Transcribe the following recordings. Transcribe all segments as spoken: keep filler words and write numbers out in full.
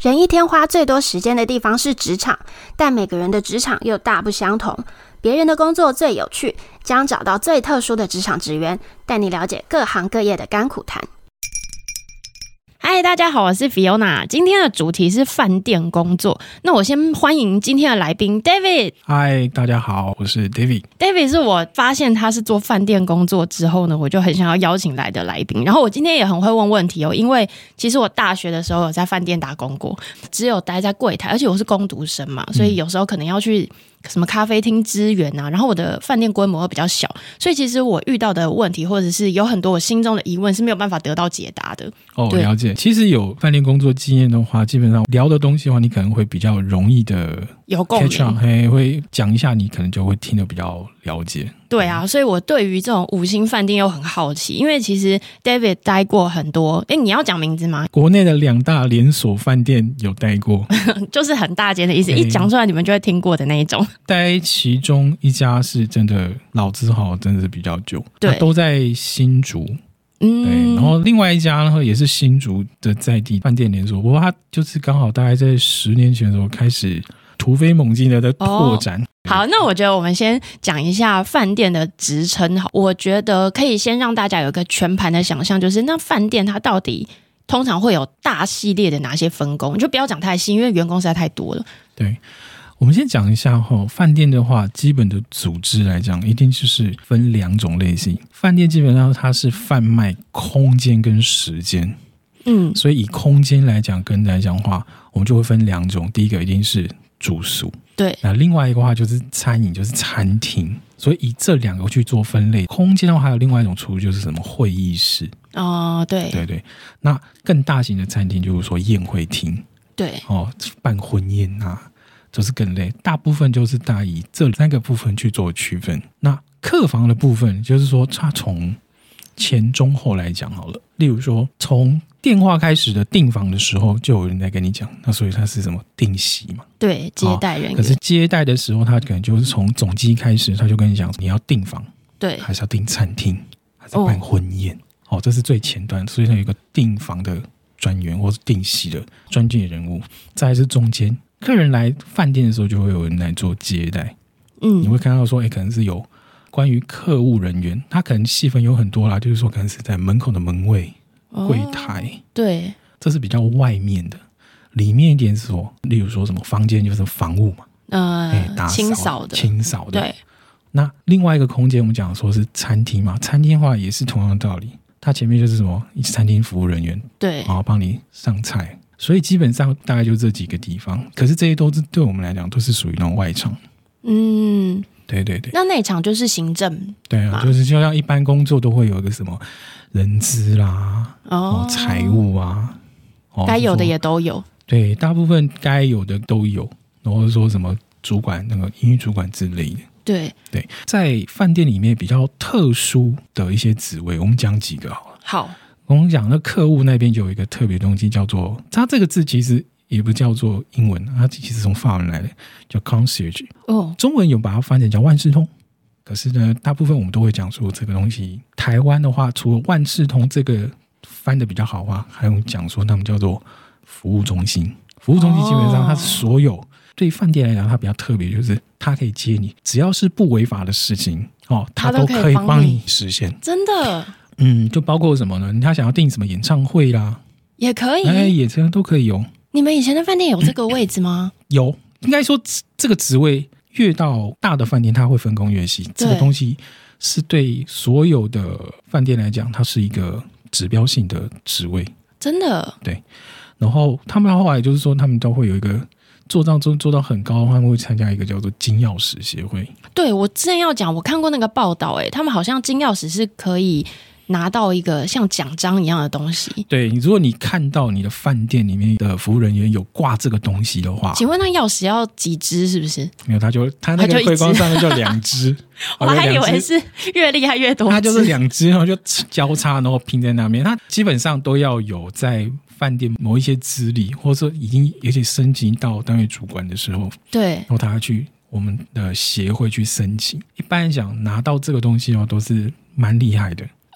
人一天花最多时间的地方是职场，但每个人的职场又大不相同。别人的工作最有趣，将找到最特殊的职场职员，带你了解各行各业的甘苦谈。 嗨，大家好，我是 Fiona。今天的主题是饭店工作。那我先欢迎今天的来宾 David。 嗨，大家好，我是 David。 David 是我发现他是做饭店工作之后呢，我就很想要邀请来的来宾。然后我今天也很会问问题哦，因为其实我大学的时候有在饭店打工过，只有待在柜台，而且我是工读生嘛，所以有时候可能要去什么咖啡厅支援啊，然后我的饭店规模比较小，所以其实我遇到的问题或者是有很多我心中的疑问是没有办法得到解答的。 哦，了解。其实有饭店工作经验的话，基本上聊的东西的话，你可能会比较容易的有共鸣， 嘿，会讲一下，你可能就会听得比较了解。 对啊，所以我对于这种五星饭店又很好奇，因为其实 David 待过很多，诶，你要讲名字吗？ 国内的两大连锁饭店有待过， 就是很大间的意思，一讲出来你们就会听过的那一种。 待其中一家是真的老字号，真的是比较久，对，都在新竹。嗯，对，然后另外一家呢也是新竹的在地饭店连锁，不过它就是刚好大概在十年前的时候开始突飞猛进的在拓展。哦， 好，那我觉得我们先讲一下饭店的职称。好，我觉得可以先让大家有一个全盘的想象，就是那饭店它到底通常会有大系列的哪些分工，就不要讲太细，因为员工实在太多了。 对，我们先讲一下齁，饭店的话基本的组织来讲一定就是分两种类型。饭店基本上它是贩卖空间跟时间，嗯，所以以空间来讲跟来讲的话，我们就会分两种。第一个一定是住宿， 对， 那另外一个话就是餐饮，就是餐厅，所以以这两个去做分类。空间的话还有另外一种出入，就是什么会议室。 哦，对对对，那更大型的餐厅就是说宴会厅， 对， 哦，办婚宴啊，就是更累。大部分就是大以这三个部分去做区分。那客房的部分就是说它从前中后来讲好了，例如说从电话开始的订房的时候就有人在跟你讲，那所以它是什么定席嘛， 对，接待人员。 可是接待的时候他可能就是从总机开始，他就跟你讲你要订房， 对， 还是要订餐厅，还是要办婚宴。哦，这是最前端，所以它有一个订房的专员或是定席的专业人物。再来是中间客人来饭店的时候就会有人来做接待，嗯，你会看到说，哎，可能是有关于客务人员，他可能细分有很多啦，就是说可能是在门口的门卫、柜台，哦，对，这是比较外面的。里面一点是说，例如说什么房间就是房务嘛，呃，打扫清扫的， 清扫的， 对。 那另外一个空间我们讲说是餐厅嘛，餐厅的话也是同样的道理，它前面就是什么餐厅服务人员，对，然后帮你上菜，所以基本上大概就这几个地方。可是这些都是对我们来讲都是属于那种外场，嗯，对对对。 那内场就是行政， 对啊，就是就像一般工作都会有一个什么人资啦，哦，财务啊， 哦，该有的也都有， 对，大部分该有的都有，然后说什么主管那个营运主管之类的。 对对，在饭店里面比较特殊的一些职位，我们讲几个好了。好，我们讲那客户那边就有一个特别东西，叫做它这个字其实也不叫做英文，它其实从法文来的，叫 concierge。哦，中文有把它翻成叫万事通，可是呢，大部分我们都会讲说这个东西。台湾的话，除了万事通这个翻的比较好的话，还有讲说他们叫做服务中心。服务中心基本上它是所有。哦，对饭店来讲，它比较特别，就是它可以接你，只要是不违法的事情，哦，它都可以帮你实现。真的，嗯，就包括什么呢？他想要订什么演唱会啦，也可以，哎，也都可以有。你们以前的饭店有这个位置吗？嗯，有，应该说这个职位越到大的饭店，它会分工越细。这个东西是对所有的饭店来讲，它是一个指标性的职位，真的。对，然后他们后来就是说，他们都会有一个。做到做做到很高，他们会参加一个叫做金钥匙协会。对，我之前要讲，我看过那个报道，哎，他们好像金钥匙是可以拿到一个像奖章一样的东西。对，如果你看到你的饭店里面的服务人员有挂这个东西的话，请问那钥匙要几只？是不是？没有，他就他那个会光上面就两只。我还以为是越厉害越多只，他就是两只，然后就交叉，然后拼在那边。他基本上都要有在饭店某一些资历，或者说已经而且升级到单位主管的时候，对，然后他要去我们的协会去申请。一般来讲，拿到这个东西哦，都是蛮厉害的。哦，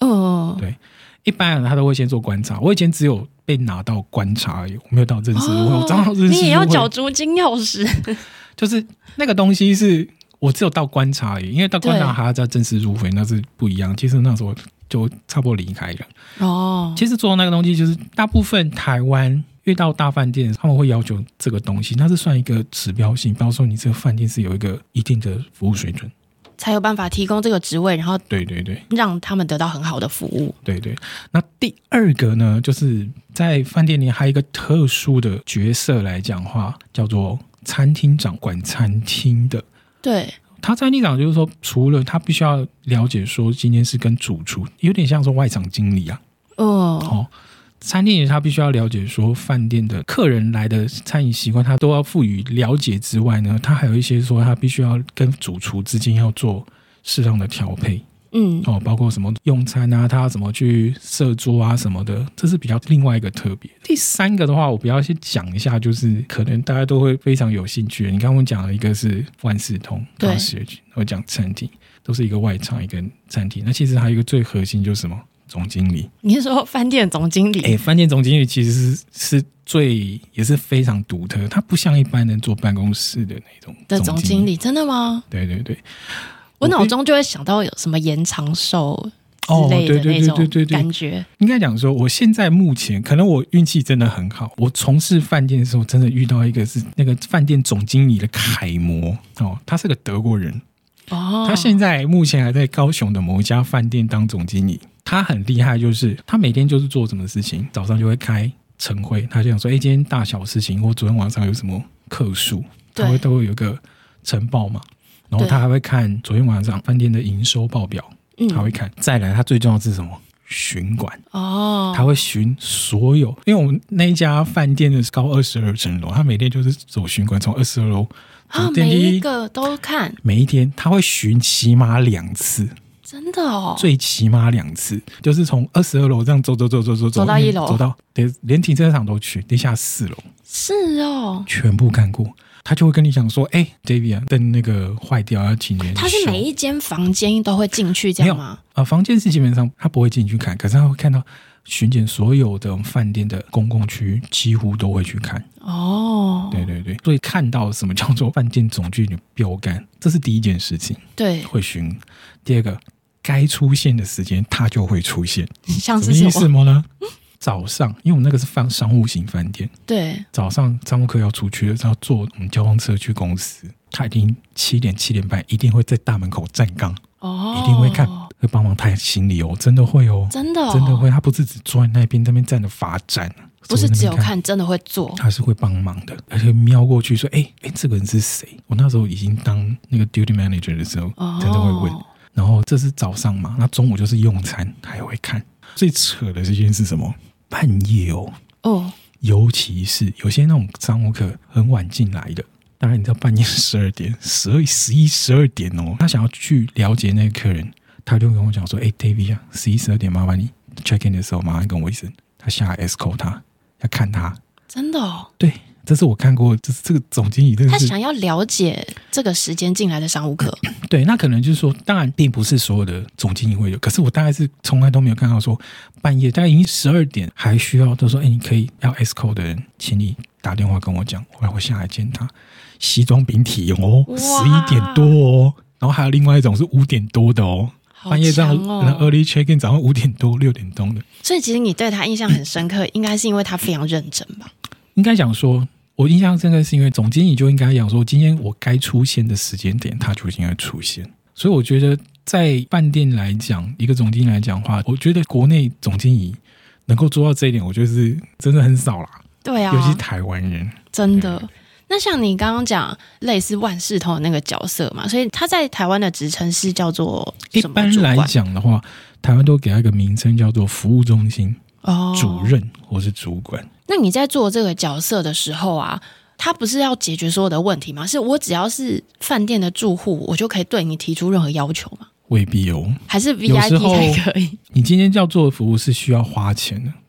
哦， 对，一般人他都会先做观察。我以前只有被拿到观察而已，我没有到正式入会。哦、我到正式你也要缴足金钥匙， 就是那个东西是我只有到观察而已，因为到观察还要再正式入会，那是不一样。其实那时候就差不多离开了。哦，其实做那个东西就是大部分台湾遇到大饭店，他们会要求这个东西，那是算一个指标性，比方说你这个饭店是有一个一定的服务水准， 才有办法提供这个职位，然后对对对， 让他们得到很好的服务。 对对。那第二个呢，就是在饭店里还有一个特殊的角色来讲话，叫做餐厅长，管餐厅的。 对， 他餐厅长就是说，除了他必须要了解说今天是跟主厨，有点像说外场经理啊。哦。哦，餐厅他必须要了解说饭店的客人来的餐饮习惯，他都要赋予了解之外呢，他还有一些说他必须要跟主厨之间要做适当的调配。嗯，哦，包括什么用餐啊，他要怎么去设桌啊什么的，这是比较另外一个特别。第三个的话，我比较先讲一下，就是可能大家都会非常有兴趣的。你刚刚讲了一个是万事通，对，我讲餐厅都是一个外场一个餐厅，那其实还有一个最核心就是什么？总经理。 你是说饭店总经理？ 哎，饭店总经理其实是是最也是非常独特，他不像一般人坐办公室的那种的总经理，真的吗？ 对对对。 我脑中就会想到有什么延长寿之类的那种感觉。 应该讲说，我现在目前可能我运气真的很好，我从事饭店的时候，真的遇到一个是那个饭店总经理的楷模哦，他是个德国人哦，他现在目前还在高雄的某一家饭店当总经理。他很厉害，就是他每天就是做什么事情，早上就会开晨会，他就想说，哎，今天大小事情或昨天晚上有什么客数，他会都会有一个晨报嘛。然后他还会看昨天晚上饭店的营收报表，他会看。再来，他最重要的是什么？巡管哦，他会巡所有，因为我们那一家饭店的高二十二层楼，他每天就是走巡管，从二十二楼啊，每一个都看， 每一天他会巡起码两次。 真的哦， 最起码两次，就是从二十二楼这样走走走走走走到一楼， 走到连停车场都去，地下四楼是哦， 全部看过。他就会跟你讲说，哎、欸、，David 啊，灯那个坏掉要请人修。 他是每一间房间都会进去这样吗？ 啊、呃，房间是基本上他不会进去看，可是他会看到巡检所有的饭店的公共区，几乎都会去看。哦，对对对，所以看到什么叫做饭店总经理标杆，这是第一件事情。 对， 会巡。第二个，该出现的时间他就会出现。 像是什么？ 什么呢？早上，因为我们那个是放商务型饭店， 对， 早上商务客要出去的时候，坐我们交通车去公司，他一定七点七点半一定会在大门口站岗，哦，一定会看，会帮忙抬行李哦，真的会哦， 真的、哦、 真的会，他不是只坐在那边那边站着罚站， 不是只有看，真的会做， 他是会帮忙的，而且瞄过去说，哎、欸、哎、欸，这个人是谁？我那时候已经当那个 duty manager 的时候，哦、真的会问。然后这是早上嘛，那中午就是用餐，他也会看。最扯的这件事是什么？半夜哦，哦，尤其是有些那种商务客很晚进来的，当然你知道半夜十二点、十二、十一、十二点哦，他想要去了解那个客人，他就跟我讲说：“哎 ，David 啊，十一、十二点，麻烦你 check in 的时候，麻烦跟我一声。”他下来 escort 他，要看他， 真的哦， 对。这是我看过，就是这个总经理真的是， 他想要了解这个时间进来的商务客。 对，那可能就是说，当然并不是所有的总经理会有，可是我大概是从来都没有看到说半夜大概已经十二点还需要都说，哎，你可以要 escort 的人，请你打电话跟我讲，我会下来见他。西装笔挺哦，十一点多哦，然后还有另外一种是五点多的哦。半夜这样 early check in， 早上五点多六点钟的。 所以其实你对他印象很深刻，应该是因为他非常认真吧？ 应该讲说。我印象深刻是因为总经理就应该讲说，今天我该出现的时间点，他就应该出现。所以我觉得在饭店来讲，一个总经理来讲的话，我觉得国内总经理能够做到这一点，我觉得是真的很少啦。 对啊， 尤其是台湾人， 真的。那像你刚刚讲类似万事通的那个角色嘛，所以他在台湾的职称是叫做什么？ 一般来讲的话，台湾都给他一个名称叫做服务中心、哦、主任或是主管。 那你在做这个角色的时候啊，他不是要解决所有的问题吗？是我只要是饭店的住户，我就可以对你提出任何要求吗？ 未必哦， 还是 V I P 才可以？ 你今天要做的服务是需要花钱的，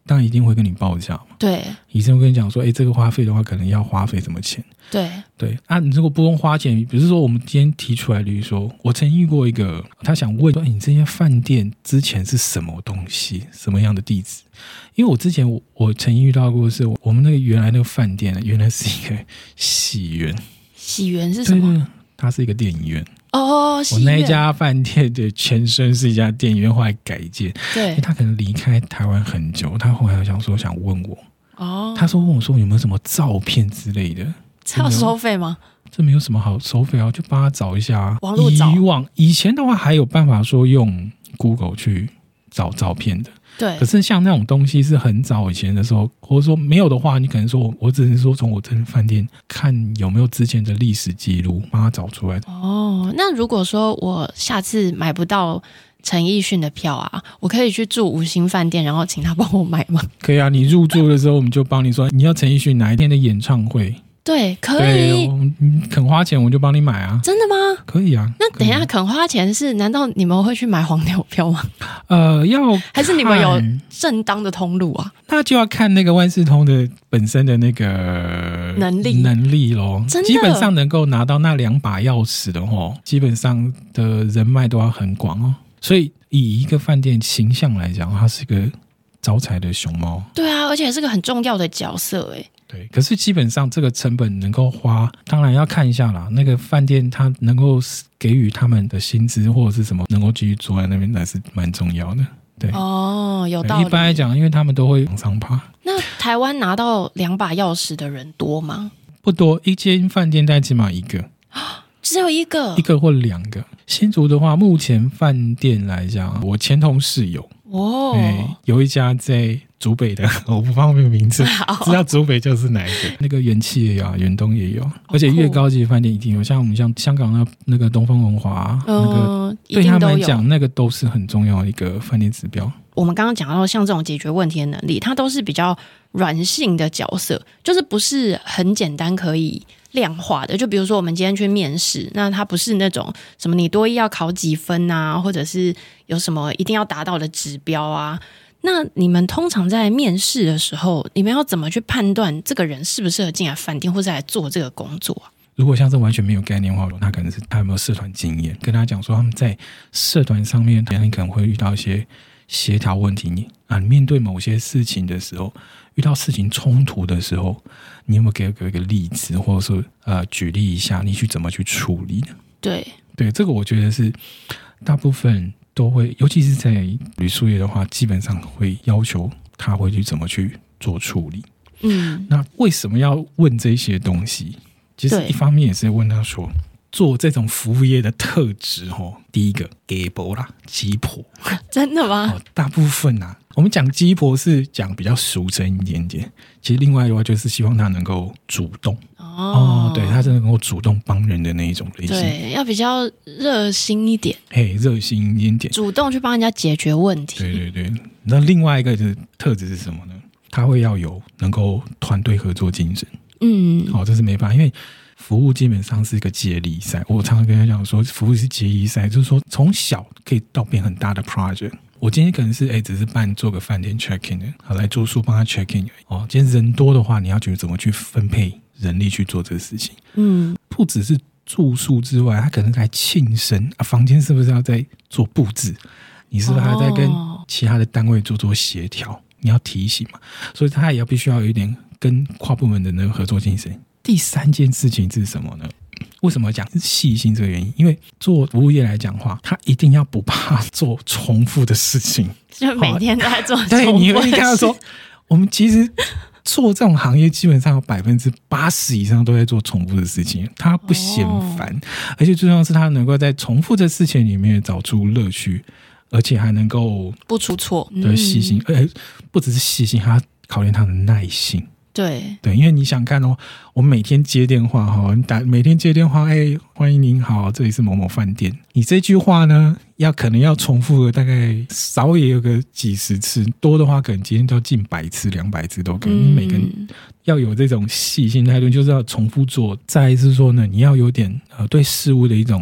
当然一定会跟你报价嘛。 对， 医生会跟你讲说，哎，这个花费的话，可能要花费什么钱？ 对对啊，你如果不用花钱，比如说我们今天提出来，比如说我曾遇过一个，他想问说，哎，你这些饭店之前是什么东西，什么样的地址？因为我之前我我曾遇到过的是，我们那个原来那个饭店原来是一个戏院。 戏院是什么？ 对对，它是一个电影院。 哦， 我那一家饭店的前身是一家电影院，后来改建。 对， 他可能离开台湾很久，他后来想说想问我， 哦， 他说问我说有没有什么照片之类的， 这要收费吗？ 这没有什么好收费啊，就帮他找一下。 网络找， 以往以前的话还有办法说用 Google 去找照片的。 对， 可是像那种东西是很早以前的时候，或者说没有的话，你可能说我只能说从我这饭店看有没有之前的历史记录，帮他找出来。 哦，那如果说我下次买不到陈奕迅的票啊，我可以去住五星饭店，然后请他帮我买吗？ 可以啊，你入住的时候我们就帮你说你要陈奕迅哪一天的演唱会。 对，可以， 你肯花钱我就帮你买啊。 真的吗？ 可以啊。 那等一下肯花钱是？难道你们会去买黄牛票吗？ 呃，要还是你们有正当的通路啊？ 那就要看那个万事通的本身的那个能力能力咯。 真的， 基本上能够拿到那两把钥匙的话，基本上的人脉都要很广哦。所以以一个饭店形象来讲，它是一个招财的熊猫。 对啊，而且是个很重要的角色哎。 对，可是基本上这个成本能够花，当然要看一下啦。那个饭店它能够给予他们的薪资或者是什么，能够继续坐在那边，那是蛮重要的。对， 哦，有道理。 一般来讲，因为他们都会往上爬。 那台湾拿到两把钥匙的人多吗？ 不多，一间饭店大概起码一个， 只有一个， 一个或两个。新竹的话，目前饭店来讲，我前同事有。哦，对，有一家在竹北的，我不方便名字，知道竹北就是哪一个。那个元气也有，远东也有，而且越高级的饭店一定有，像我们像香港那那个东方文华，呃、那个对他们来讲，那个都是很重要的一个饭店指标。 我们刚刚讲到像这种解决问题的能力，它都是比较软性的角色，就是不是很简单可以量化的。就比如说我们今天去面试，那它不是那种什么你多益要考几分啊，或者是有什么一定要达到的指标啊。那你们通常在面试的时候，你们要怎么去判断这个人适不适合进来饭店或者来做这个工作啊？ 如果像是完全没有概念的话，他可能是他有没有社团经验，跟他讲说他们在社团上面你可能会遇到一些协调问题，你啊，你面对某些事情的时候，遇到事情冲突的时候，你有没有给我一个例子，或者说呃举例一下，你去怎么去处理呢？ 对对，这个我觉得是大部分都会，尤其是在旅宿业的话，基本上会要求他会去怎么去做处理。嗯，那为什么要问这些东西？其实一方面也是问他说，做这种服务业的特质哦，第一个鸡婆啦，鸡婆， 真的吗？ 哦、大部分啊，我们讲鸡婆是讲比较俗称一点点，其实另外的话就是希望他能够主动哦, 哦，对，他是能够主动帮人的那一种类型， 对，要比较热心一点， 嘿，热心一点点， 主动去帮人家解决问题。 对对对，那另外一个就是特质是什么呢？他会要有能够团队合作精神。嗯，好、哦，这是没办法，因为服务基本上是一个接力赛。我常常跟他讲说，服务是接力赛，就是说从小可以到变很大的 project。我今天可能是哎，只是帮你做个饭店 check in 的，好来住宿帮他 check in 哦。今天人多的话，你要觉得怎么去分配人力去做这个事情。嗯，不只是住宿之外，他可能来庆生啊，房间是不是要在做布置？你是不是还在跟其他的单位做做协调？哦，你要提醒嘛，所以他也要必须要有一点跟跨部门的那个合作精神。第三件事情是什么呢？为什么讲是细心这个原因？因为做服务业来讲的话，他一定要不怕做重复的事情， 就每天都在做重复的事。 对，你会看到说，我们其实做这种行业基本上有百分之八十以上都在做重复的事情，他不嫌烦，哦，而且最重要的是他能够在重复的事情里面找出乐趣，而且还能够不出错， 对，细心，而且不只是细心，他考验他的耐性。 对对，因为你想看哦，我每天接电话哈，你打每天接电话，哎，欢迎您好，这里是某某饭店。你这句话呢，要可能要重复了大概少也有个几十次，多的话可能今天都要近百次、两百次都可能。嗯，你每个人要有这种细心态度，就是要重复做。再来是说呢，你要有点呃对事物的一种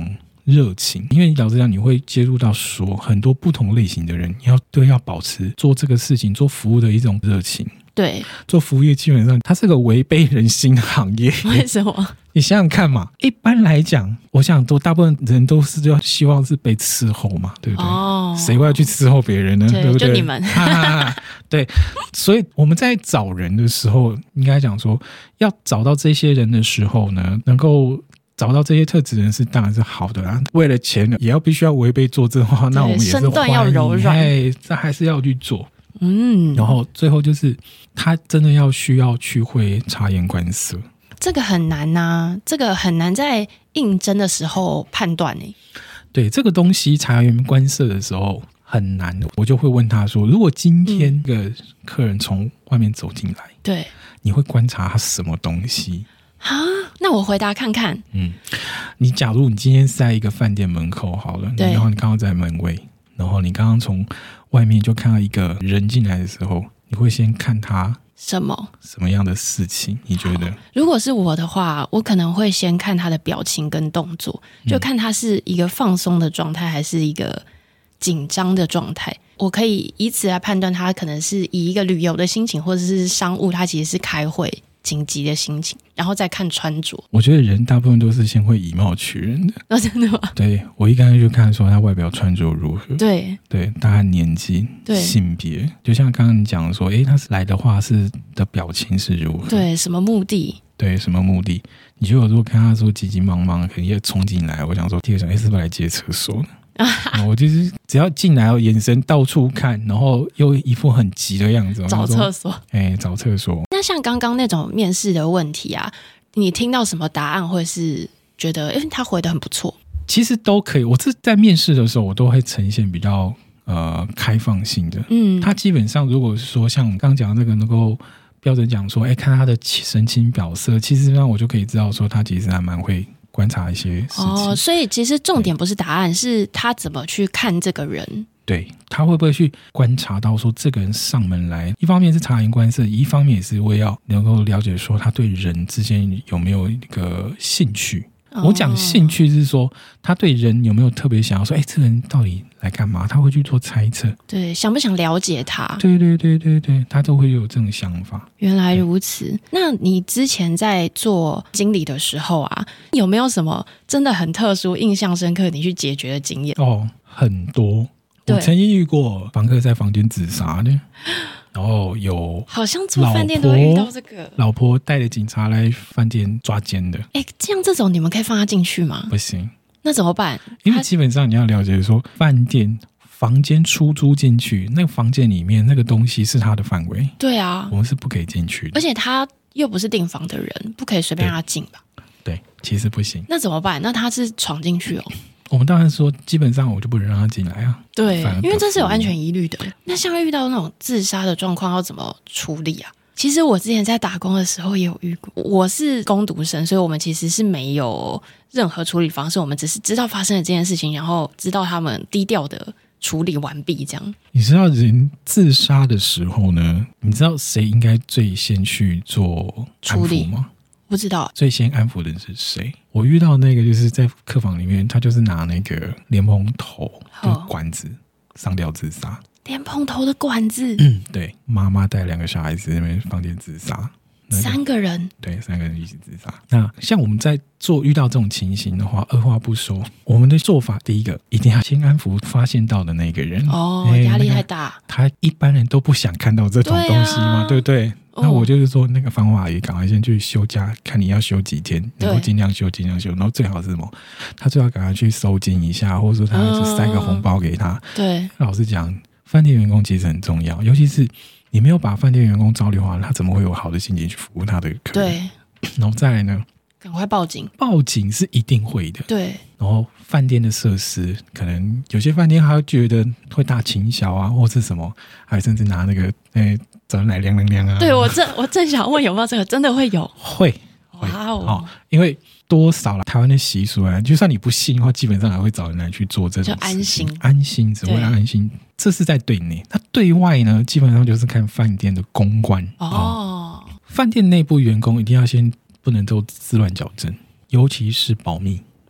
热情，因为老实讲你会接触到说很多不同类型的人，你要对要保持做这个事情做服务的一种热情。 对， 做服务业基本上它是个违背人心的行业。 为什么？ 你想想看嘛，一般来讲我想都大部分人都是要希望是被伺候嘛，对不对？哦，谁会要去伺候别人呢？ 对, 对不对？ 就你们、 啊、对，所以我们在找人的时候应该讲说要找到这些人的时候呢，能够找到这些特质人是当然是好的啦，为了钱也要必须要违背做这话，那我们也是身段要柔软， 哎，这还是要去做。 嗯， 然后最后就是他真的要需要去会察言观色， 这个很难啊，这个很难在应征的时候判断耶。 对，这个东西察言观色的时候很难，我就会问他说，如果今天这个客人从外面走进来，对、嗯，你会观察他什么东西啊？那我回答看看。 嗯，你假如你今天是在一个饭店门口好了，然后你刚刚在门卫，然后你刚刚从外面就看到一个人进来的时候，你会先看他什么什么样的事情？你觉得？ 如果是我的话，我可能会先看他的表情跟动作，就看他是一个放松的状态还是一个紧张的状态。我可以以此来判断他可能是以一个旅游的心情，或者是商务，他其实是开会紧急的心情，然后再看穿着。 我觉得人大部分都是先会以貌取人的。 哦，真的吗？ 对，我一刚才就看说他外表穿着如何， 对对，大概年纪、性别，就像刚刚你讲的说，诶，他是来的话是的表情是如何， 对，什么目的， 对，什么目的？你就有时候看他说急急忙忙，可能也冲进来，我想说第二想，诶，是不是来借厕所的？我就是只要进来，眼神到处看，然后又一副很急的样子， 找厕所， 哎、欸，找厕所。 那像刚刚那种面试的问题啊，你听到什么答案会是觉得，哎、欸，他回得很不错？ 其实都可以。我是在面试的时候，我都会呈现比较呃开放性的。嗯，他基本上如果是说像刚刚讲的那个能够标准讲说，哎、欸，看他的神情表色，其实让我就可以知道说他其实还蛮会观察一些事情。 哦，所以其实重点不是答案，是他怎么去看这个人。 对，他会不会去观察到说这个人上门来，一方面是察言观色，一方面也是为要能够了解说他对人之间有没有一个兴趣。我讲兴趣是说他对人有没有特别想要说，哎，这个人到底来干嘛？他会去做猜测， 对，想不想了解他？ 对对对对对，他都会有这种想法。 原来如此。那你之前在做经理的时候啊，有没有什么真的很特殊、印象深刻你去解决的经验？ 哦，很多。我曾经遇过房客在房间自杀的。然后有好像住饭店都会遇到这个老婆带着警察来饭店抓奸的。 哎，这样这种你们可以放他进去吗？ 不行。 那怎么办？ 因为基本上你要了解说，饭店房间出租进去，那个房间里面那个东西是他的范围。 对啊， 我们是不可以进去的。 而且他又不是订房的人，不可以随便让他进吧？ 对，其实不行。 那怎么办？那他是闯进去哦。 我们当然说，基本上我就不能让他进来啊。 对，因为这是有安全疑虑的。那像遇到那种自杀的状况，要怎么处理啊？其实我之前在打工的时候也有遇过。我是工读生，所以我们其实是没有任何处理方式，我们只是知道发生了这件事情，然后知道他们低调的处理完毕，这样。 你知道人自杀的时候呢，你知道谁应该最先去做处理吗？ 不知道。 最先安抚的人是谁？我遇到那个就是在客房里面，他就是拿那个莲蓬头的管子上吊自杀。 莲蓬头的管子？ 嗯，对，妈妈带两个小孩子在那边房间自杀。那个、 三个人？ 对，三个人一起自杀。那像我们在做遇到这种情形的话，二话不说，我们的做法第一个一定要先安抚发现到的那个人。 哦，压力太大、那個。他一般人都不想看到这种东西嘛， 对,、啊、对不对？那我就是说，那个防火阿姨赶快先去休假，看你要休几天，能够尽量休尽量休。然后最好是什么？他最好赶快去收金一下，或者说他是塞个红包给他。 嗯、对， 老实讲，饭店员工其实很重要，尤其是你没有把饭店员工招留好，他怎么会有好的心情去服务他的客人？对，然后再来呢？ 赶快报警！报警是一定会的。 对， 然后饭店的设施，可能有些饭店还会觉得会大倾销啊，或是什么，还甚至拿那个诶找人来亮亮亮啊。 对，我正我正想问有没有这个，真的会有？ 会，会哇哦、 哦！因为多少了台湾的习俗啊，就算你不信的话，基本上还会找人来去做这种事情， 就安心， 安心，只为了安心。这是在对内，那对外呢，基本上就是看饭店的公关哦。哦饭店内部员工一定要先。不能够自乱矫正，尤其是保密。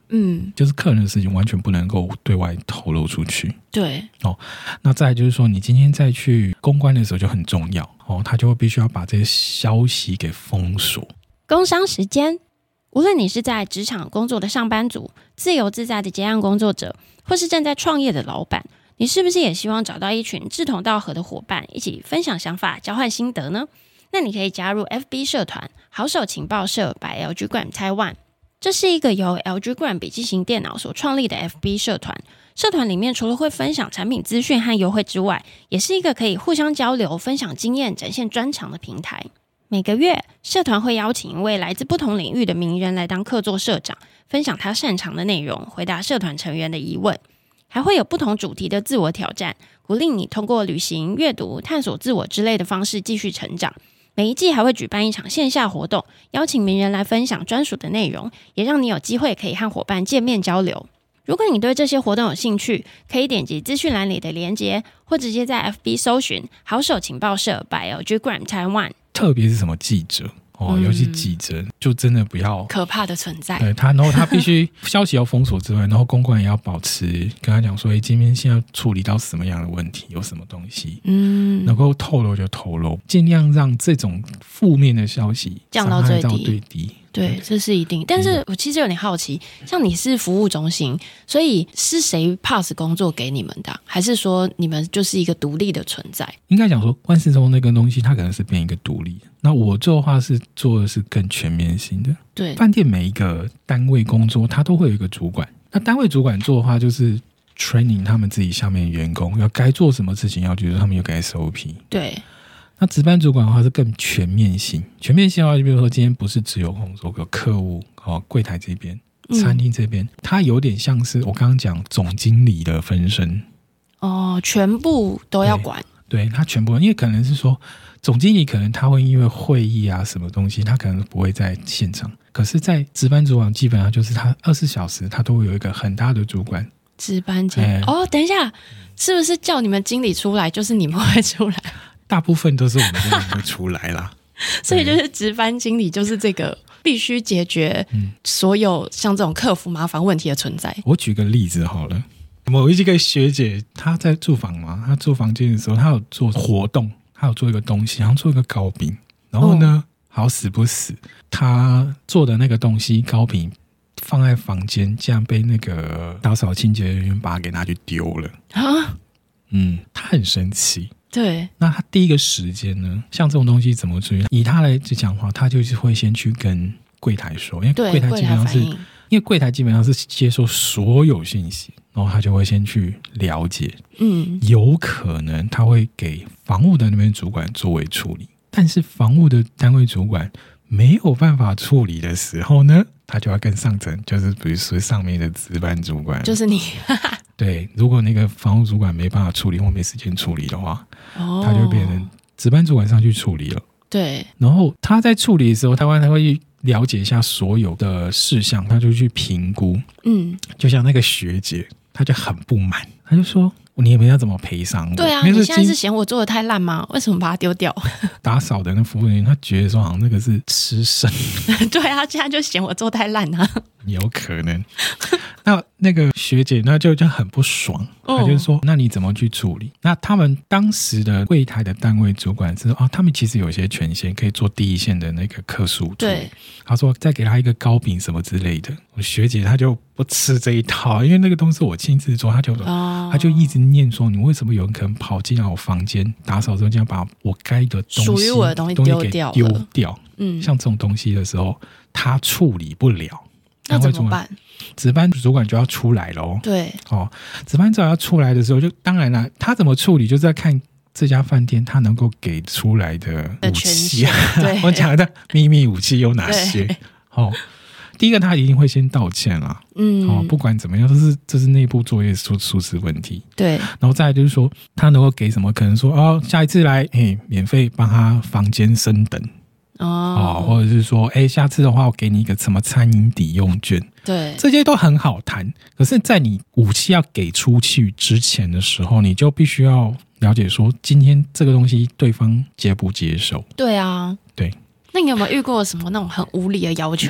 嗯， 就是客人的事情完全不能够对外透露出去。 对哦，那再来就是说，你今天再去公关的时候就很重要哦，他就会必须要把这些消息给封锁。 工商时间，无论你是在职场工作的上班族、自由自在的接案工作者，或是正在创业的老板，你是不是也希望找到一群志同道合的伙伴，一起分享想法、交换心得呢？那你可以加入 F B 社团好手情报社 by L G Gram Taiwan。这是一个由 L G Gram 笔记型电脑所创立的 F B 社团。社团里面除了会分享产品资讯和优惠之外，也是一个可以互相交流、分享经验、展现专长的平台。每个月，社团会邀请一位来自不同领域的名人来当客座社长，分享他擅长的内容，回答社团成员的疑问。还会有不同主题的自我挑战，鼓励你通过旅行、阅读、探索自我之类的方式继续成长。每一季还会举办一场线下活动，邀请名人来分享专属的内容，也让你有机会可以和伙伴见面交流。如果你对这些活动有兴趣，可以点击资讯栏里的连结，或直接在 F B 搜寻好手情报社 by L G Gram Taiwan。 特别是什么记者哦， 嗯尤其记者就真的不要可怕的存在。 对他，然后他必须消息要封锁之外，然后公关也要保持跟他讲说，哎，今天现在处理到什么样的问题，有什么东西， 嗯， 能够透露就透露，尽量让这种负面的消息降到最低伤害到最低。 对，这是一定。但是我其实有点好奇，像你是服务中心，所以是谁 pass 工作给你们的啊？还是说你们就是一个独立的存在？ 应该讲说，万事通那个东西，它可能是变一个独立。那我做的话是做的是更全面性的。 对， 饭店每一个单位工作，它都会有一个主管。那单位主管做的话，就是 training 他们自己下面的员工要该做什么事情，要就是他们有个 S O P。 对。 那值班主管的话是更全面性，全面性的话，就比如说今天不是只有工作，有客户哦，柜台这边、餐厅这边、嗯，它有点像是我刚刚讲总经理的分身哦，全部都要管。 对，他全部，因为可能是说总经理可能他会因为会议啊什么东西，他可能不会在现场，可是，在值班主管基本上就是他二十四小时他都会有一个很大的主管。 值班经理、欸、哦，等一下，是不是叫你们经理出来，就是你们会出来？ 大部分都是我们这边会出来啦。 所以就是值班经理就是这个必须解决所有像这种客服麻烦问题的存在。 我举个例子好了，某一个学姐她在住房嘛，她住房间的时候，她有做活动，她有做一个东西，然后做一个糕饼，然后呢、哦、好死不死，她做的那个东西糕饼放在房间，竟然被那个打扫清洁人员把它给拿去丢了啊！嗯，她很生气。 对， 那他第一个时间呢，像这种东西怎么处理？以他来讲的话，他就是会先去跟柜台说，因为柜台基本上是，因为柜台基本上是接受所有信息，然后他就会先去了解，嗯，有可能他会给房务的那边主管作为处理，但是房务的单位主管没有办法处理的时候呢，他就要跟上层，就是比如说上面的值班主管， 就是你。 对，如果那个房务主管没办法处理或没时间处理的话，哦，他就变成值班主管上去处理了。 对， 然后他在处理的时候，台湾他会去了解一下所有的事项，他就去评估。嗯，就像那个学姐，她就很不满，她就说：“你也没要怎么赔偿我？” 对啊，你现在是嫌我做的太烂吗？为什么把它丢掉？ 打扫的那服务人员，他觉得说好像那个是吃剩。 对啊，现在就嫌我做太烂啊。 有可能。那那个学姐那就就很不爽，她就说、哦、那你怎么去处理？那他们当时的柜台的单位主管是哦，他们其实有些权限可以做第一线的那个客诉处理。 对， 他说再给他一个糕饼什么之类的。我学姐她就不吃这一套，因为那个东西我亲自做，她就、哦、她就一直念说你为什么有人可能跑进来我房间打扫之后，这样把我该的东西属于我的东西丢掉了， 丢掉。嗯，像这种东西的时候，他处理不了。 那怎么办？ 值班主管就要出来咯。 对， 哦，值班主管要出来的时候，就当然了，他怎么处理，就是在看这家饭店他能够给出来的武器。 对， 我讲的秘密武器有哪些？哦，第一个他一定会先道歉啦。嗯，哦，不管怎么样，这是这是内部作业出出事问题。 对， 然后再来就是说，他能够给什么？可能说哦，下一次来，哎，免费帮他房间升等。哦, 哦，或者是说，哎，下次的话，我给你一个什么餐饮抵用券， 对， 这些都很好谈。可是，在你武器要给出去之前的时候，你就必须要了解说，今天这个东西对方接不接受？ 对啊， 对。 那你有没有遇过什么那种很无理的要求啊？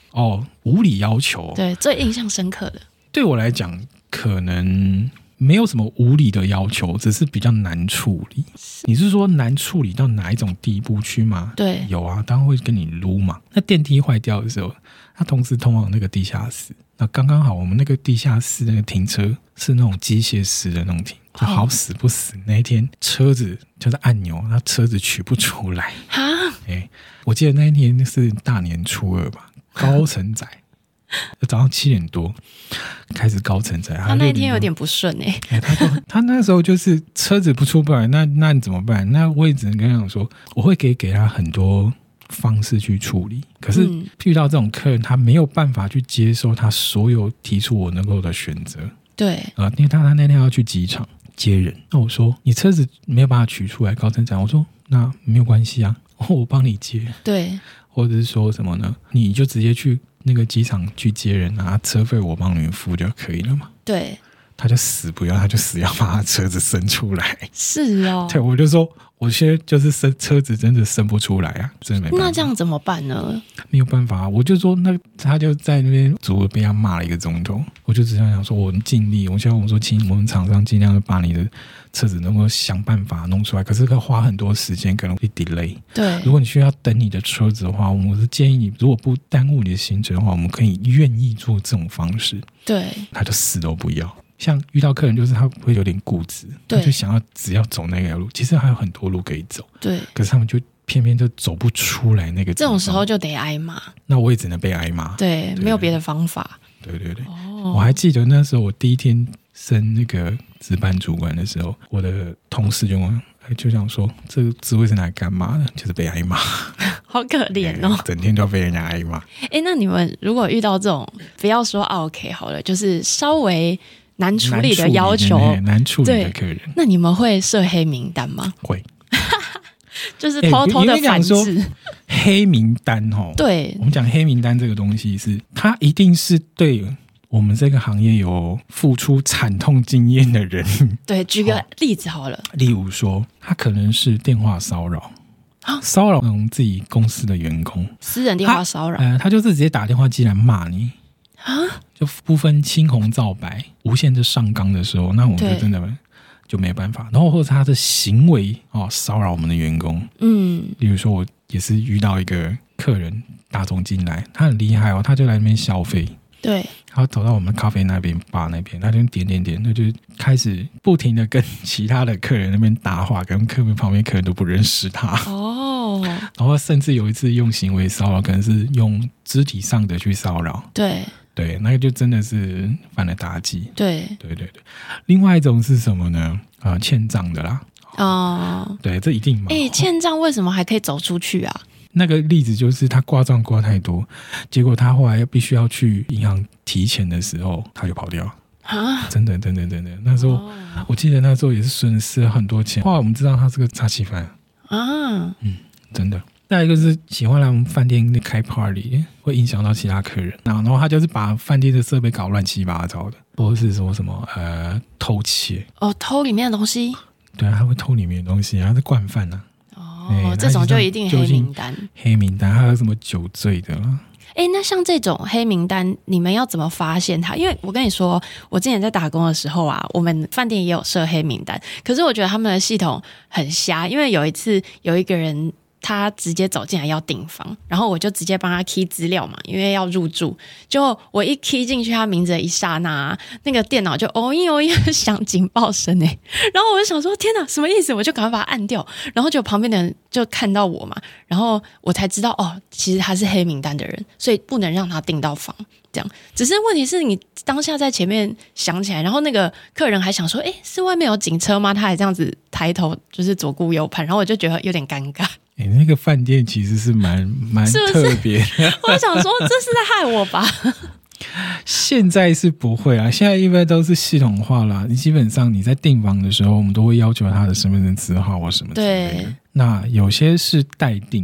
哦，无理要求， 对，最印象深刻的， 对我来讲可能没有什么无理的要求，只是比较难处理。你是说难处理到哪一种地步去吗？ 对， 有啊，当然会跟你撸嘛。那电梯坏掉的时候，它同时通往那个地下室，那刚刚好我们那个地下室那个停车是那种机械式的那种停，就好死不死、哦、那一天车子就是按钮，那车子取不出来。哈，哎，我记得那一天是大年初二吧，高承载。早上七点多开始高承载， 他那一天有点不顺哎、 欸欸。他他那时候就是车子不出不来，那那你怎么办？那我也只能跟他讲说，我会给给他很多方式去处理。可是遇到这种客人，他没有办法去接受他所有提出我能够的选择。 对啊、呃，因为他他那天要去机场接人，那我说你车子没有办法取出来高承载，我说那没有关系啊，我帮你接。 对， 或者是说什么呢？你就直接去那个机场去接人啊，车费我帮你们付就可以了嘛。 对， 他就死不要，他就死要把他车子伸出来。 是哦， 对，我就说我现在就是伸车子真的伸不出来啊，真的没办法。 那这样怎么办呢？ 没有办法，我就说那他就在那边足被他骂了一个钟头，我就只想想说我们尽力，我希望我说请我们厂商尽量把你的车子能够想办法弄出来，可是要花很多时间，可能会 delay。 对， 如果你需要等你的车子的话，我是建议你如果不耽误你的行程的话，我们可以愿意做这种方式。 对， 他就死都不要。像遇到客人就是他会有点固执，他就想要只要走那条路，其实还有很多路可以走。 对， 可是他们就偏偏就走不出来那个地方， 这种时候就得挨骂。 那我也只能被挨骂。 对，没有别的方法。 对对对、哦、我还记得那时候我第一天升那个值班主管的时候，我的同事就就想说这个职位是拿来干嘛的，就是被挨骂。 好可怜哦， 整天都要被人家挨骂。 哎，那你们如果遇到这种不要说 OK 好了，就是稍微难处理的要求， 难处理的客人， 那你们会设黑名单吗？ 会。 就是偷偷的反制、 欸、黑名单哦。 对， 我们讲黑名单这个东西是，它一定是对我们这个行业有付出惨痛经验的人。 对，举个例子好了，哦、 例如说，他可能是电话骚扰，骚扰我们自己公司的员工， 私人电话骚扰， 呃，他就是直接打电话进来骂你啊，就不分青红皂白，无限的上纲的时候，那我们就真的。就没办法，然后或者他的行为哦骚扰我们的员工，嗯，例如说我也是遇到一个客人打总进来，他很厉害哦，他就来那边消费， 对， 他走到我们咖啡那边吧那边，他就点点点，他就开始不停的跟其他的客人那边搭话，跟客人旁边客人都不认识他哦，然后甚至有一次用行为骚扰，可能是用肢体上的去骚扰， 对。 对，那个就真的是犯了大忌。 对， 对对对。另外一种是什么呢？啊、呃，欠账的啦。哦，对，这一定嘛。 哎、欸，欠账为什么还可以走出去啊？ 那个例子就是他挂账挂太多，结果他后来必须要去银行提钱的时候，他就跑掉。啊！真的，真的，真的。那时候、哦、我记得那时候也是损失了很多钱。后来我们知道他是个诈欺犯。啊，嗯，真的。再一个是喜欢来我们饭店开 party， 会影响到其他客人，然后他就是把饭店的设备搞乱七八糟的，或者是说什么呃偷窃哦，偷里面的东西， 对啊，他会偷里面的东西，他是惯犯啊。 哦，欸、这种就一定黑名单， 黑名单还有什么酒醉的啦。 哎、欸，那像这种黑名单，你们要怎么发现它？因为我跟你说，我之前在打工的时候啊，我们饭店也有设黑名单，可是我觉得他们的系统很瞎，因为有一次有一个人。他直接走进来要订房，然后我就直接帮他 key 资料嘛，因为要入住。就我一 key 进去他名字的一刹那，那个电脑就哦一哦一响警报声哎，然后我就想说天哪，什么意思？我就赶快把它按掉，然后就旁边的人就看到我嘛，然后我才知道哦，其实他是黑名单的人，所以不能让他订到房。这样，只是问题是你当下在前面想起来，然后那个客人还想说，哎，是外面有警车吗？他还这样子抬头，就是左顾右盼，然后我就觉得有点尴尬。 哎、欸，那个饭店其实是蛮蛮特别的， 我想说这是在害我吧？ 现在是不会啊，现在一般都是系统化啦。你基本上你在订房的时候，我们都会要求他的身份证字号或什么之类的。对，那有些是代订。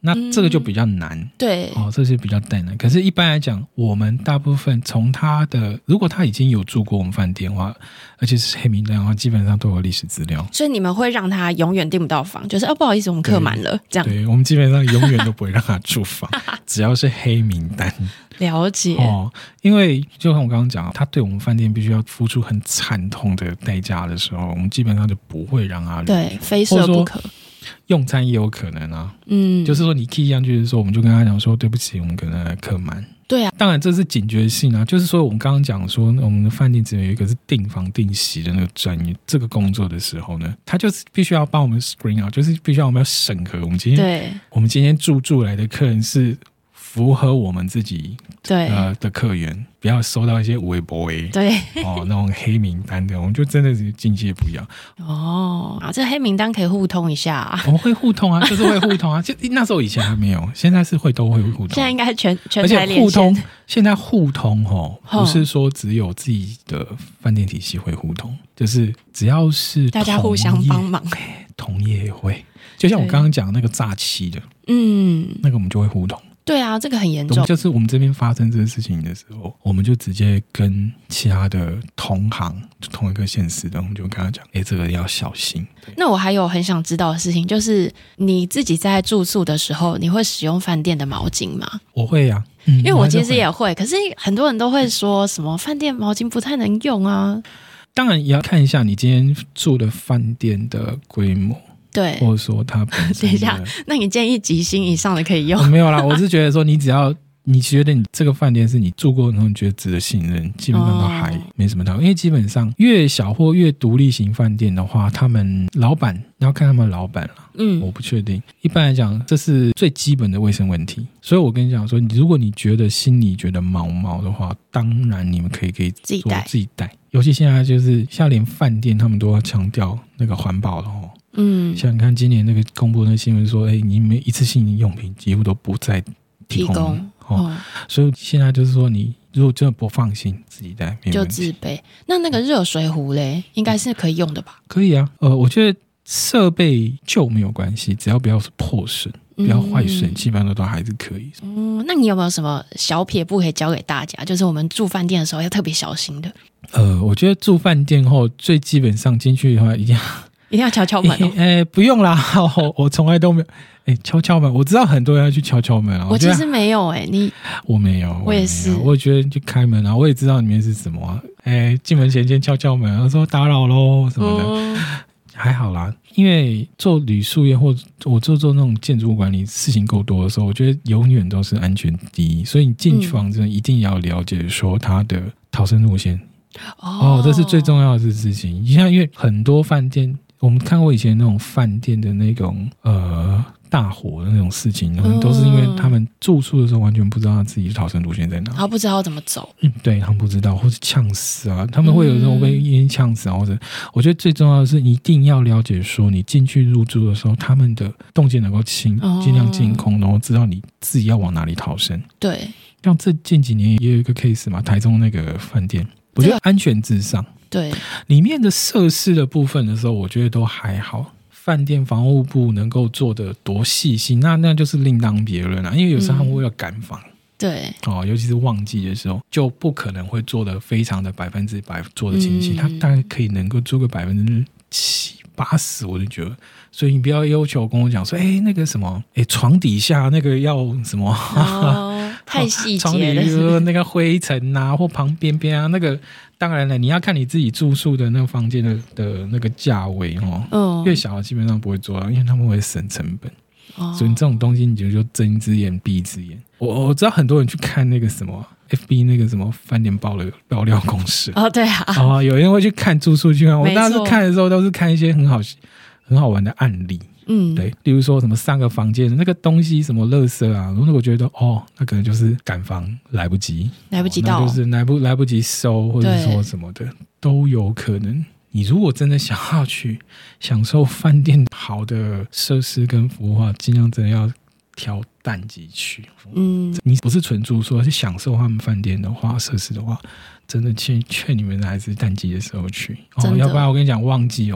那这个就比较难、嗯、 对哦，这是比较难。可是一般来讲，我们大部分从他的，如果他已经有住过我们饭店的话，而且是黑名单的话，基本上都有历史资料。 所以你们会让他永远订不到房，就是哦不好意思我们客满了这样。 对，我们基本上永远都不会让他住房只要是黑名单。 了解哦，因为就像我刚刚讲，他对我们饭店必须要付出很惨痛的代价的时候，我们基本上就不会让他对非设不可。 用餐也有可能啊， 嗯， 就是说你 key 上去的时候，我们就跟他讲说对不起，我们可能客满。 对啊， 当然这是警觉性啊，就是说我们刚刚讲说我们的饭店只有一个是订房订席的那个专业这个工作的时候呢，他就是必须要帮我们 screen out， 就是必须要我们要审核我们今天对我们今天住住来的客人是符合我们自己对、 呃、的客源，不要收到一些微博对哦那种黑名单的，我们就真的是境界不一样哦。啊，这黑名单可以互通一下、啊、 我们会互通啊，就是会互通啊。就那时候以前还没有，现在是会都会互通。 现在应该全全台连线，而且互通现在互通哦， 哦不是说只有自己的饭店体系会互通，就是只要是大家互相帮忙， 同业也会。就像我刚刚讲那个诈欺的， 嗯， 那个我们就会互通。 对啊，这个很严重。 就是我们这边发生这个事情的时候，我们就直接跟其他的同行，同一个县市的，我们就跟他讲，哎，这个要小心。 那我还有很想知道的事情，就是你自己在住宿的时候，你会使用饭店的毛巾吗？ 我会啊，嗯、 因为我其实也会，可是很多人都会说什么饭店毛巾不太能用啊。 当然也要看一下你今天住的饭店的规模。 对， 或者说它本身的等一下，那你建议几星以上的可以用？ 哦、没有啦，我是觉得说你只要你觉得你这个饭店是你住过，然后你觉得值得信任，基本上都还没什么道理。哦、因为基本上越小或越独立型饭店的话，他们老板你要看他们老板啦， 嗯， 我不确定。一般来讲，这是最基本的卫生问题。所以我跟你讲说，如果你觉得心里觉得毛毛的话，当然你们可以可以做自己带， 自己带。尤其现在就是像连饭店他们都要强调那个环保的哦。 嗯， 像你看今年那个公布的新闻说，哎、欸，你们一次性用品几乎都不再提供，提供哦，哦，所以现在就是说，你如果真的不放心，自己带就自备。那那个热水壶嘞，应该是可以用的吧？ 可以啊，呃，我觉得设备旧没有关系，只要不要是破损、不要坏损，嗯、基本上都还是可以。 嗯，那你有没有什么小撇步可以教给大家？就是我们住饭店的时候要特别小心的。 呃，我觉得住饭店后最基本上进去的话，一定要。 一定要敲敲门哦！ 哎、欸，不用啦，我我从来都没有。哎、欸，敲敲门，我知道很多人要去敲敲门啊。 我其实没有哎、欸，你我没有， 我也是。 我也觉得去开门啊，我也知道里面是什么、啊。哎、欸，进门前先敲敲门，我说打扰咯什么的、嗯，还好啦。因为做旅宿业或我做做那种建筑管理，事情够多的时候，我觉得永远都是安全第一。所以你进房子一定要了解说它的逃生路线。哦, 哦，这是最重要的事情。你看，因为很多饭店。我们看过以前那种饭店的那种呃大火的那种事情，嗯、都是因为他们住宿的时候完全不知道自己的逃生路线在哪， 他不知道怎么走。 嗯，对，他们不知道，或是呛死啊，他们会有这种被烟呛死啊，或者我觉得最重要的是一定要了解说，你进去入住的时候，他们的动线能够清，尽量净空，然后知道你自己要往哪里逃生。 对， 像这近几年也有一个 case 嘛，台中那个饭店，我觉得安全至上。 对， 里面的设施的部分的时候，我觉得都还好。饭店房务部能够做的多细心，那那就是另当别论啦。因为有时候他们为了赶房，嗯、 对哦，尤其是旺季的时候，就不可能会做的非常的百分之百做的清晰。嗯、他大概可以能够做个百分之七八十，我就觉得。所以你不要要求跟我讲说，哎、欸，那个什么，哎、欸，床底下那个要什么？ 哦、太细节了。 床底那个灰尘啊，或旁边边啊，那个。当然了，你要看你自己住宿的那个房间的的那个价位哦，嗯、越小的基本上不会做到，因为他们会省成本，哦、所以这种东西你就就睁一只眼闭一只眼。我我知道很多人去看那个什么 F B 那个什么饭店爆的爆料公式哦，对啊， 哦，有人会去看住宿去看，我当时看的时候都是看一些很好很好玩的案例。嗯，对，例如说什么三个房间那个东西什么垃圾啊，那我觉得哦，那可能就是赶房来不及， 来不及到， 哦、那就是来不来不及收，或者说什么的都有可能。你如果真的想要去享受饭店好的设施跟服务的话，尽量真的要挑淡季去。嗯，你不是纯住宿，是享受他们饭店的话设施的话，真的劝劝你们还是淡季的时候去哦，要不然我跟你讲，旺季哦。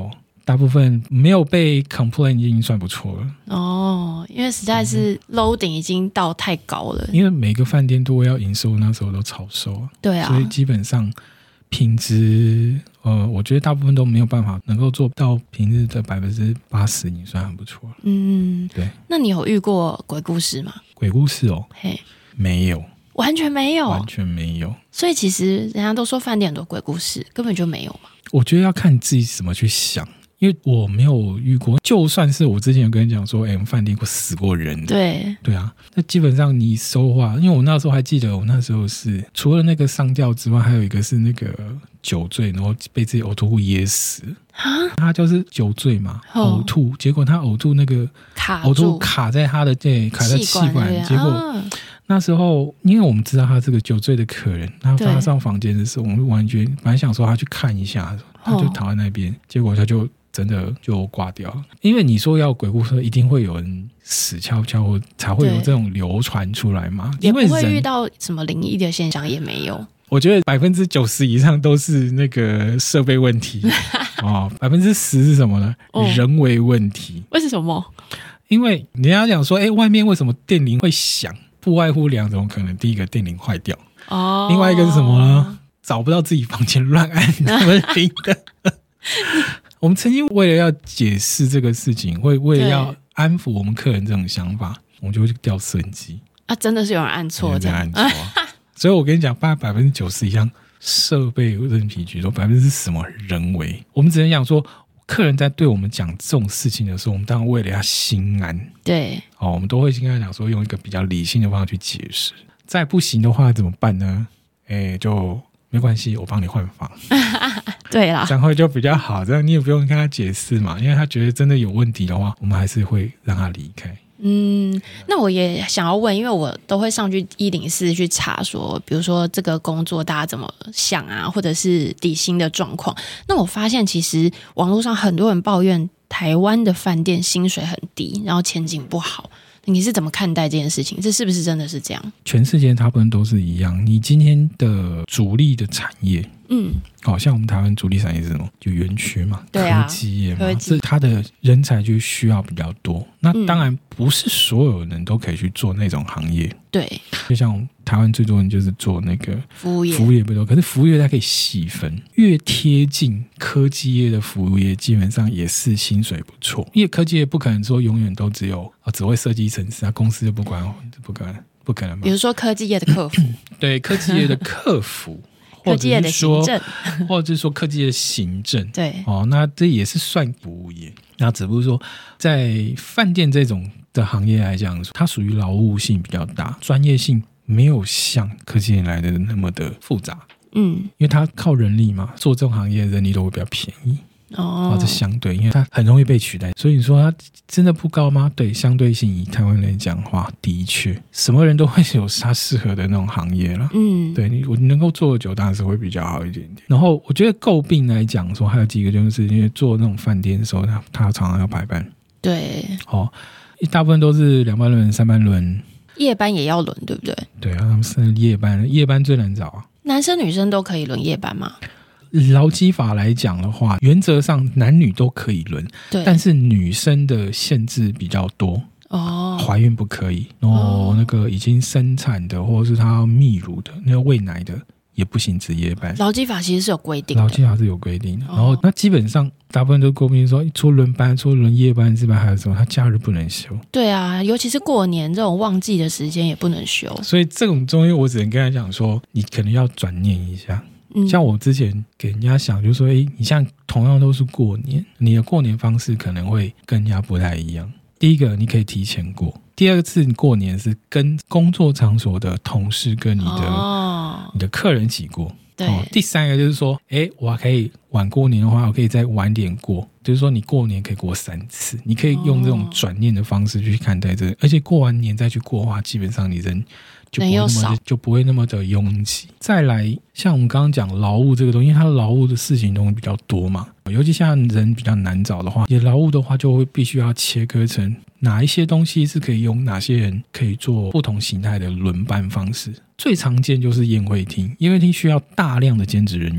大部分没有被 complain 已经算不错了。 哦，因为实在是 loading 已经到太高了。 因为每个饭店都要营收，那时候都超收啊。 对啊， 所以基本上品质，呃，我觉得大部分都没有办法能够做到平日的百分之八十，已经算很不错了。 嗯， 对。 那你有遇过鬼故事吗？ 鬼故事哦， 嘿， 没有。 完全没有， 完全没有。所以其实人家都说饭店很多鬼故事，根本就没有嘛。 我觉得要看自己怎么去想，因为我没有遇过。就算是我之前有跟你讲说，哎、欸，我们饭店过死过人的， 对对啊。那基本上你收话，因为我那时候还记得，我那时候是除了那个上吊之外，还有一个是那个酒醉，然后被自己呕吐物噎死。他就是酒醉嘛，呕吐，结果他呕吐那个呕吐卡在他的对卡在气管，结果。啊那时候，因为我们知道他是个酒醉的客人，他发上房间的时候，我们完全本来想说他去看一下，他就躺在那边，哦、结果他就真的就挂掉了。因为你说要鬼故事，一定会有人死翘翘，或才会有这种流传出来嘛。因为也不会遇到什么灵异的现象，也没有。 我觉得百分之九十以上都是那个设备问题哦，百分之十是什么呢？哦、人为问题。 为什么？ 因为人家讲说，哎，外面为什么电铃会响？不外乎两种可能，第一个电铃坏掉，哦，另外一个是什么呢？找不到自己房间乱按他们铃的。我们曾经为了要解释这个事情，为为了要安抚我们客人这种想法，我们就会去调摄影机啊，真的是有人按错，这样按错、 啊。所以我跟你讲，大概百分之九十以上设备问题居多，百分之什么人为，我们只能讲说。客人在对我们讲这种事情的时候，我们当然为了他心安， 对， 哦，我们都会跟他讲说，用一个比较理性的方法去解释。再不行的话怎么办呢？哎，就没关系，我帮你换房。 对啦， 这样会就比较好，这样你也不用跟他解释嘛，因为他觉得真的有问题的话，我们还是会让他离开。 嗯，那我也想要问，因为我都会上去一零四去查说，比如说这个工作大家怎么想啊，或者是底薪的状况。那我发现其实网络上很多人抱怨台湾的饭店薪水很低，然后前景不好。你是怎么看待这件事情？这是不是真的是这样？ 全世界大部分都是一样。你今天的主力的产业，嗯，好、哦、像我们台湾主力产业是什么？就园区嘛， 对啊， 科技业嘛，这它的人才就需要比较多。那当然不是所有人都可以去做那种行业， 对， 就像台湾最多人就是做那个服务业， 服务业不多，可是服务业它可以细分，越贴近科技业的服务业，基本上也是薪水不错。因为科技业不可能说永远都只有、哦、只会设计程式，啊，公司就不管，不可能，不可能嘛。 比如说科技业的客服， 对，科技业的客服。 科技业的行政， 或者是说科技业的行政， 对， 哦，那这也是算服务业。那只不过说，在饭店这种的行业来讲，它属于劳务性比较大，专业性没有像科技业来的那么的复杂。嗯，因为它靠人力嘛，做这种行业人力都会比较便宜。哦，这相对，因为它很容易被取代，所以你说它真的不高吗？对，相对性以台湾来讲的话，的确，什么人都会有他适合的那种行业了。嗯，对你，我能够做的久，当然是会比较好一点点。然后我觉得诟病来讲说，还有几个就是因为做那种饭店的时候，他他常常要排班。 对， 哦，一大部分都是两班轮、三班轮， 夜班也要轮，对不对？ 对啊，他们是夜班，夜班最难找啊。 男生女生都可以轮夜班吗？ 劳基法来讲的话，原则上男女都可以轮，但是女生的限制比较多。哦，怀孕不可以，然后那个已经生产的或者是她要泌乳的，那个喂奶的也不行值夜班。 劳基法其实是有规定的， 劳基法是有规定的。然后那基本上大部分都诟病说，除了轮班、除了轮夜班之外，还有什么？他假日不能休。对啊，尤其是过年这种旺季的时间也不能休。 所以这种东西，我只能跟他讲说，你可能要转念一下。嗯、像我之前给人家想，就是说，哎，你像同样都是过年，你的过年方式可能会跟人家不太一样。第一个，你可以提前过；第二次你过年是跟工作场所的同事跟你的、哦、你的客人一起过。 对、 哦。第三个就是说，哎，我还可以晚过年的话，我可以再晚点过，就是说你过年可以过三次，你可以用这种转念的方式去看待这个，而且过完年再去过的话，基本上你人。就不会那么就不会那么的拥挤。再来，像我们刚刚讲劳务这个东西，因为它的劳务的事情东西比较多嘛，尤其像人比较难找的话，你劳务的话就会必须要切割成哪一些东西是可以用，哪些人可以做不同形态的轮班方式。最常见就是宴会厅，宴会厅需要大量的兼职人员。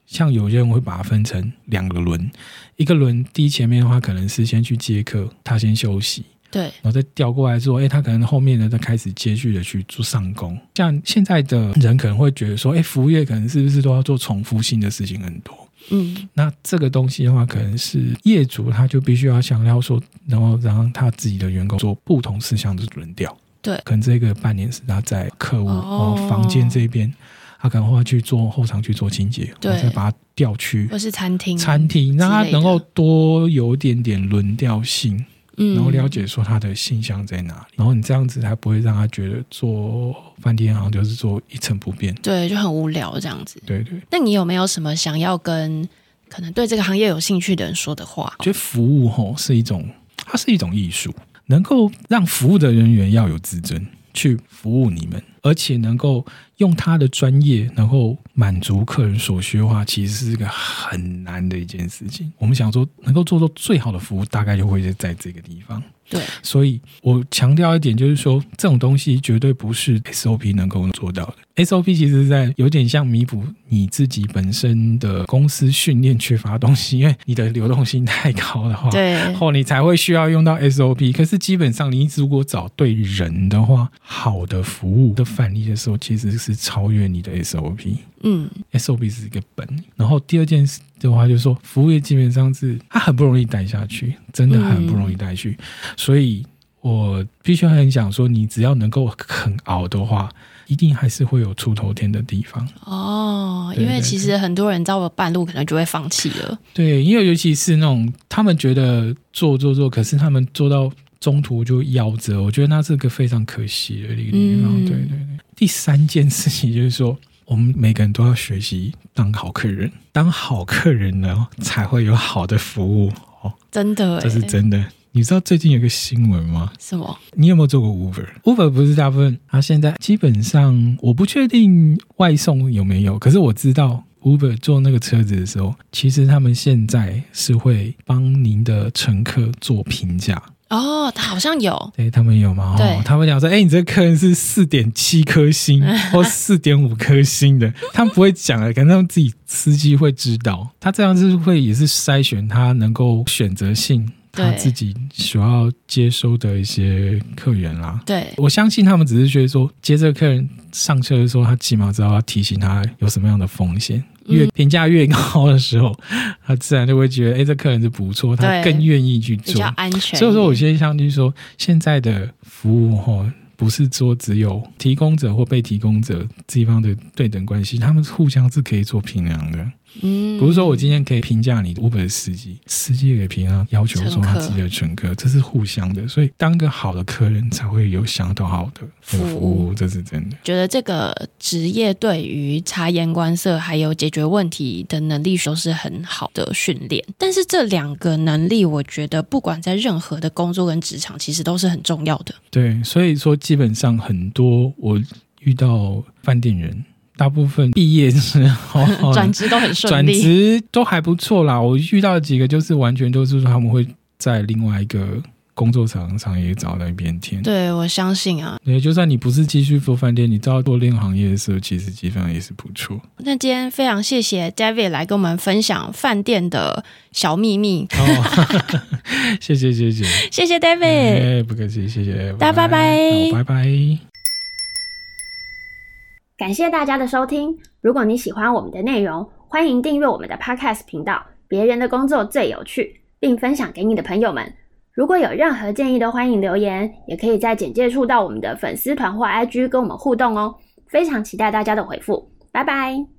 像有些人会把它分成两个轮，一个轮第一前面的话可能是先去接客，他先休息， 对， 然后再调过来说，哎，他可能后面呢再开始接续的去做上工。像现在的人可能会觉得说，哎，服务业可能是不是都要做重复性的事情很多？嗯，那这个东西的话，可能是业主他就必须要强调说，然后让他自己的员工做不同事项的轮调。 对， 可能这个半年是他在客户哦房间这边。他可能会去做后场去做清洁，对，再把它调去或是餐厅餐厅，让他能够多有一点点轮调性，嗯，然后了解说他的性向在哪里，然后你这样子才不会让他觉得做饭店好像就是做一成不变， 对，就很无聊这样子。 对对。 那你有没有什么想要跟可能对这个行业有兴趣的人说的话？ 我觉得服务吼是一种，它是一种艺术，能够让服务的人员要有自尊，去服务你们，而且能够用他的专业然后满足客人所需的话，其实是一个很难的一件事情。我们想说能够做到最好的服务，大概就会在这个地方。 对， 所以我强调一点，就是说这种东西绝对不是 S O P 能够做到的。S O P 其实在有点像弥补你自己本身的公司训练缺乏的东西，因为你的流动性太高的话， 对， 后你才会需要用到 S O P。可是基本上你如果找对人的话，好的服务的范例的时候，其实是超越你的 S O P。嗯 ，S O P 是一个本。然后第二件事的话，就是说服务业基本上是它很不容易带下去，真的很不容易带去。嗯，所以我必须很想说，你只要能够肯熬的话，一定还是会有出头天的地方哦。因为其实很多人到了半路可能就会放弃了。 对，因为尤其是那种他们觉得做做做，可是他们做到中途就夭折，我觉得那是个非常可惜的一个地方。嗯，对对对。第三件事情就是说，我们每个人都要学习当好客人，当好客人呢，才会有好的服务。哦， 真的耶， 这是真的。你知道最近有个新闻吗？ 什么？ 你有没有做过 Uber？ Uber 不是大部分，它现在基本上我不确定外送有没有，可是我知道 Uber 做那个车子的时候，其实他们现在是会帮您的乘客做评价。 哦，他好像有， 对，他们有吗？ 对， 哦，他们讲说，哎，你这个客人是 四点七 颗星或 四点五 颗星的，他们不会讲的，可能他们自己司机会知道，他这样是会也是筛选他能够选择性。他自己所要接收的一些客源啦， 对， 我相信他们只是觉得说，接这个客人上车的时候，他起码知道要提醒他有什么样的风险。越评价越高的时候，他自然就会觉得，哎，这客人是不错，他更愿意去做， 比较安全。 所以说，我现在相信说，现在的服务哈，不是说只有提供者或被提供者这地方的对等关系，他们互相是可以做平量的。嗯，不是说我今天可以评价你 Uber 的司机，司机也可以评价要求说他自己的乘客，这是互相的，所以当个好的客人才会有想到好的服务，这是真的。 觉得这个职业对于察言观色还有解决问题的能力都是很好的训练，但是这两个能力我觉得不管在任何的工作跟职场其实都是很重要的。 对，所以说基本上很多我遇到饭店人大部分毕业之后转职都很顺利， 转职都还不错啦。我遇到几个就是完全都是说他们会在另外一个工作场上也找到一片天。 对，我相信啊。 对，就算你不是继续做饭店，你到做另一行业的时候，其实基本上也是不错。 那今天非常谢谢 David 来跟我们分享饭店的小秘密。 哦、谢谢谢谢谢谢 David，、 哎、不客气，谢谢， 大家拜拜， 拜拜。 感谢大家的收听。如果你喜欢我们的内容，欢迎订阅我们的 Podcast 频道，别人的工作最有趣，并分享给你的朋友们。如果有任何建议都欢迎留言，也可以在简介处到我们的粉丝团或 I G 跟我们互动哦。非常期待大家的回复，拜拜。